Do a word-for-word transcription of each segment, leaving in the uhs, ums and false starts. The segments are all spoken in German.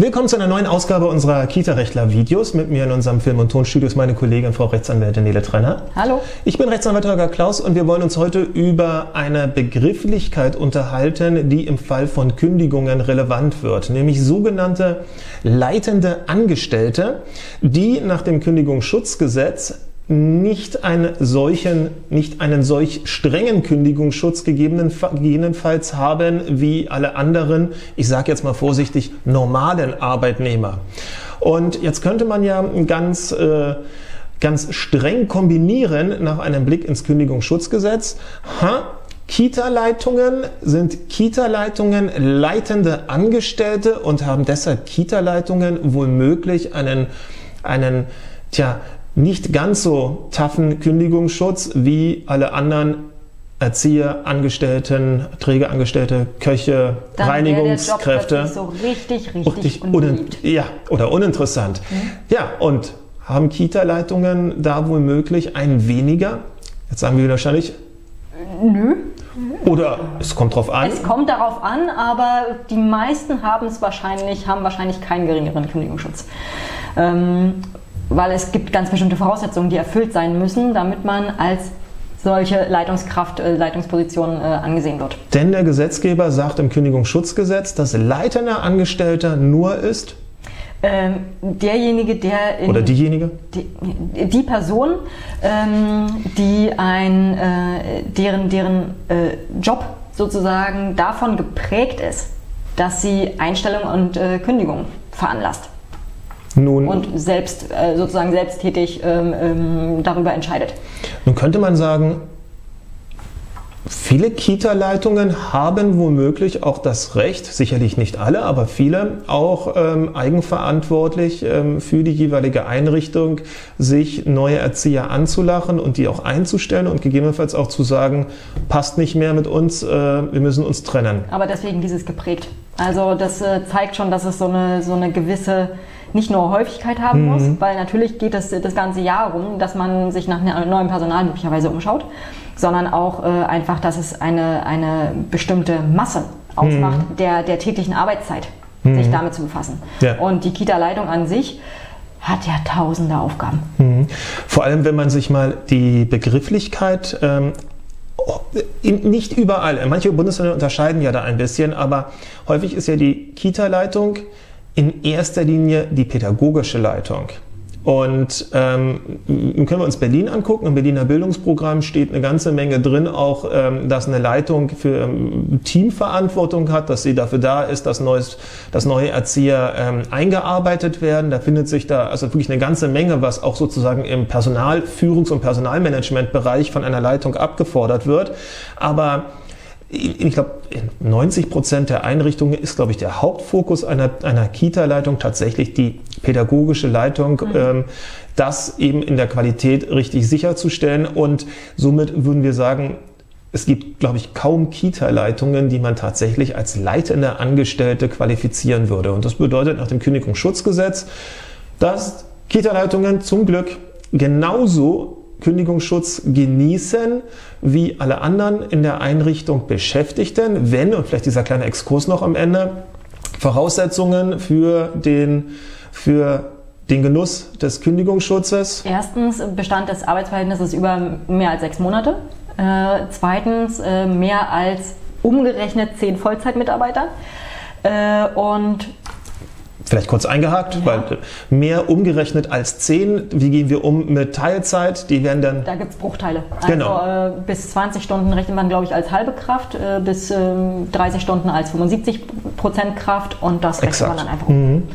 Willkommen zu einer neuen Ausgabe unserer Kita-Rechtler-Videos. Mit mir in unserem Film- und Tonstudio ist meine Kollegin, Frau Rechtsanwältin Nele Trenner. Hallo. Ich bin Rechtsanwalt Holger Klaus und wir wollen uns heute über eine Begrifflichkeit unterhalten, die im Fall von Kündigungen relevant wird, nämlich sogenannte leitende Angestellte, die nach dem Kündigungsschutzgesetz nicht einen solchen, nicht einen solch strengen Kündigungsschutz gegebenenfalls haben wie alle anderen, ich sage jetzt mal vorsichtig, normalen Arbeitnehmer. Und jetzt könnte man ja ganz, äh, ganz streng kombinieren nach einem Blick ins Kündigungsschutzgesetz. Ha, Kita-Leitungen sind Kita-Leitungen leitende Angestellte und haben deshalb Kita-Leitungen womöglich einen, einen, tja, nicht ganz so taffen Kündigungsschutz wie alle anderen Erzieher, Angestellten, Trägerangestellte, Köche, Dann Reinigungskräfte. Der Job so richtig, richtig, richtig unbeliebt. Ja, oder uninteressant. Mhm. Ja, und haben Kita-Leitungen da womöglich einen weniger? Jetzt sagen wir wahrscheinlich, nö. Oder es kommt drauf an. Es kommt darauf an, aber die meisten haben es wahrscheinlich, haben wahrscheinlich keinen geringeren Kündigungsschutz. Ähm, weil es gibt ganz bestimmte Voraussetzungen, die erfüllt sein müssen, damit man als solche Leitungskraft, äh, Leitungsposition äh, angesehen wird. Denn der Gesetzgeber sagt im Kündigungsschutzgesetz, dass leitender Angestellter nur ist ähm, derjenige, der in, oder diejenige, die, die Person, ähm, die ein, äh, deren, deren äh, Job sozusagen davon geprägt ist, dass sie Einstellung und äh, Kündigung veranlasst. Nun, und selbst äh, sozusagen selbsttätig ähm, ähm, darüber entscheidet. Nun könnte man sagen, viele Kita-Leitungen haben womöglich auch das Recht, sicherlich nicht alle, aber viele, auch ähm, eigenverantwortlich ähm, für die jeweilige Einrichtung sich neue Erzieher anzulachen und die auch einzustellen und gegebenenfalls auch zu sagen, passt nicht mehr mit uns, äh, wir müssen uns trennen. Aber deswegen dieses geprägt. Also das äh, zeigt schon, dass es so eine, so eine gewisse nicht nur Häufigkeit haben mhm. muss, weil natürlich geht es das ganze Jahr rum, dass man sich nach neuem Personal möglicherweise umschaut, sondern auch äh, einfach, dass es eine, eine bestimmte Masse ausmacht mhm. der, der täglichen Arbeitszeit, mhm. sich damit zu befassen. Ja. Und die Kita-Leitung an sich hat ja tausende Aufgaben. Mhm. Vor allem, wenn man sich mal die Begrifflichkeit ähm, nicht überall, manche Bundesländer unterscheiden ja da ein bisschen, aber häufig ist ja die Kita-Leitung in erster Linie die pädagogische Leitung. Und ähm, können wir uns Berlin angucken. Im Berliner Bildungsprogramm steht eine ganze Menge drin, auch ähm, dass eine Leitung für ähm, Teamverantwortung hat, dass sie dafür da ist, dass, neues, dass neue Erzieher ähm, eingearbeitet werden. Da findet sich da also wirklich eine ganze Menge, was auch sozusagen im Personalführungs- und Personalmanagementbereich von einer Leitung abgefordert wird. Aber ich glaube, in neunzig Prozent der Einrichtungen ist, glaube ich, der Hauptfokus einer, einer Kita-Leitung tatsächlich die pädagogische Leitung, mhm. ähm, das eben in der Qualität richtig sicherzustellen. Und somit würden wir sagen, es gibt, glaube ich, kaum Kita-Leitungen, die man tatsächlich als leitende Angestellte qualifizieren würde. Und das bedeutet nach dem Kündigungsschutzgesetz, dass Kita-Leitungen zum Glück genauso Kündigungsschutz genießen wie alle anderen in der Einrichtung Beschäftigten, wenn, und vielleicht dieser kleine Exkurs noch am Ende, Voraussetzungen für den, für den Genuss des Kündigungsschutzes. Erstens Bestand des Arbeitsverhältnisses über mehr als sechs Monate. Äh, zweitens äh, mehr als umgerechnet zehn Vollzeitmitarbeiter. Äh, und Vielleicht kurz eingehakt, ja. weil mehr umgerechnet als zehn. Wie gehen wir um mit Teilzeit? Die werden dann. Da gibt es Bruchteile. Genau. Also äh, bis zwanzig Stunden rechnet man, glaube ich, als halbe Kraft, äh, bis äh, dreißig Stunden als fünfundsiebzig Prozent Kraft und das rechnet Exakt. man dann einfach um. Mhm.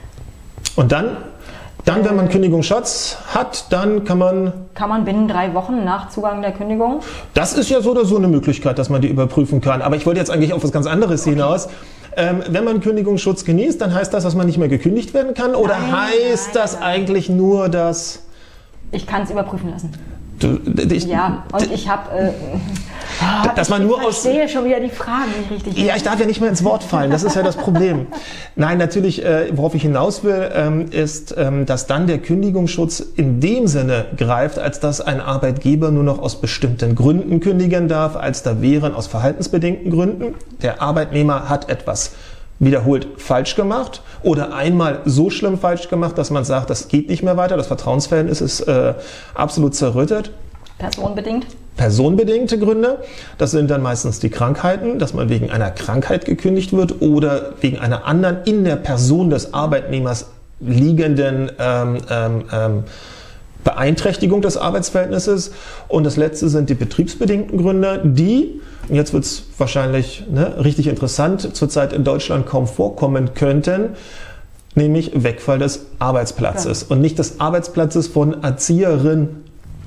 Und dann? Dann, wenn man Kündigungsschutz hat, dann kann man... Kann man binnen drei Wochen nach Zugang der Kündigung? Das ist ja so oder so eine Möglichkeit, dass man die überprüfen kann. Aber ich wollte jetzt eigentlich auf was ganz anderes okay. hinaus. Ähm, wenn man Kündigungsschutz genießt, dann heißt das, dass man nicht mehr gekündigt werden kann? Oder nein, heißt nein, das nein. eigentlich nur, dass... Ich kann es überprüfen lassen. Du, ich, ja, und ich habe... Äh, oh, dass man ich nur verstehe aus, schon wieder die Fragen nicht richtig. Ja, ich darf ja nicht mehr ins Wort fallen, das ist ja das Problem. Nein, natürlich, äh, worauf ich hinaus will, ähm, ist, ähm, dass dann der Kündigungsschutz in dem Sinne greift, als dass ein Arbeitgeber nur noch aus bestimmten Gründen kündigen darf, als da wären aus verhaltensbedingten Gründen. Der Arbeitnehmer hat etwas wiederholt falsch gemacht oder einmal so schlimm falsch gemacht, dass man sagt, das geht nicht mehr weiter, das Vertrauensverhältnis ist äh, absolut zerrüttet. Personenbedingt? Personenbedingte Gründe. Das sind dann meistens die Krankheiten, dass man wegen einer Krankheit gekündigt wird oder wegen einer anderen in der Person des Arbeitnehmers liegenden ähm, ähm, Beeinträchtigung des Arbeitsverhältnisses. Und das letzte sind die betriebsbedingten Gründe, die, jetzt wird es wahrscheinlich ne, richtig interessant, zurzeit in Deutschland kaum vorkommen könnten, nämlich Wegfall des Arbeitsplatzes. Ja. Und nicht des Arbeitsplatzes von Erzieherin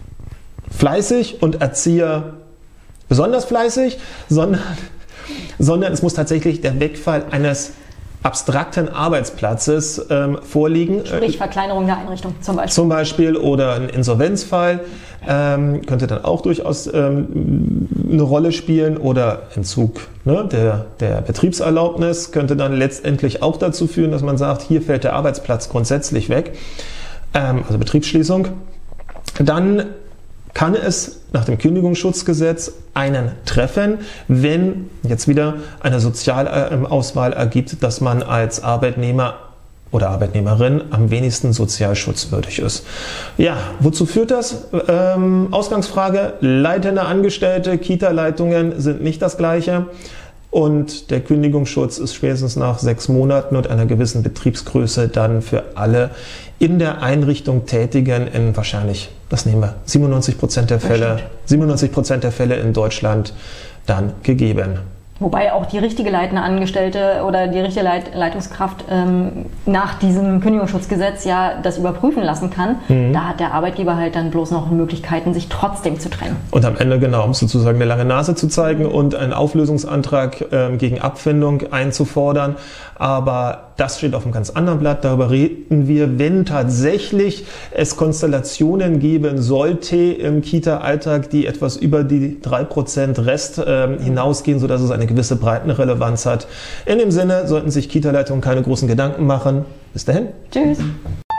fleißig und Erzieher besonders fleißig, sondern, sondern es muss tatsächlich der Wegfall eines abstrakten Arbeitsplatzes ähm, vorliegen. Sprich Verkleinerung der Einrichtung zum Beispiel. Zum Beispiel oder ein Insolvenzfall ähm, könnte dann auch durchaus ähm, eine Rolle spielen oder Entzug ne, der, der Betriebserlaubnis könnte dann letztendlich auch dazu führen, dass man sagt, hier fällt der Arbeitsplatz grundsätzlich weg, ähm, also Betriebsschließung. Dann kann es nach dem Kündigungsschutzgesetz einen treffen, wenn jetzt wieder eine Sozialauswahl ergibt, dass man als Arbeitnehmer oder Arbeitnehmerin am wenigsten sozialschutzwürdig ist. Ja, wozu führt das? Ähm, Ausgangsfrage, leitende Angestellte, Kita-Leitungen sind nicht das Gleiche. Und der Kündigungsschutz ist spätestens nach sechs Monaten und einer gewissen Betriebsgröße dann für alle in der Einrichtung Tätigen in wahrscheinlich, das nehmen wir, siebenundneunzig Prozent der Fälle, siebenundneunzig Prozent der Fälle in Deutschland dann gegeben. Wobei auch die richtige leitende Angestellte oder die richtige Leit- Leitungskraft ähm, nach diesem Kündigungsschutzgesetz ja das überprüfen lassen kann. Mhm. Da hat der Arbeitgeber halt dann bloß noch Möglichkeiten, sich trotzdem zu trennen. Und am Ende genau, um sozusagen eine lange Nase zu zeigen und einen Auflösungsantrag ähm, gegen Abfindung einzufordern. Aber das steht auf einem ganz anderen Blatt. Darüber reden wir, wenn tatsächlich es Konstellationen geben sollte im Kita-Alltag, die etwas über die drei Prozent Rest ähm, hinausgehen, sodass es eine gewisse Breitenrelevanz hat. In dem Sinne sollten sich Kita-Leitungen keine großen Gedanken machen. Bis dahin. Tschüss.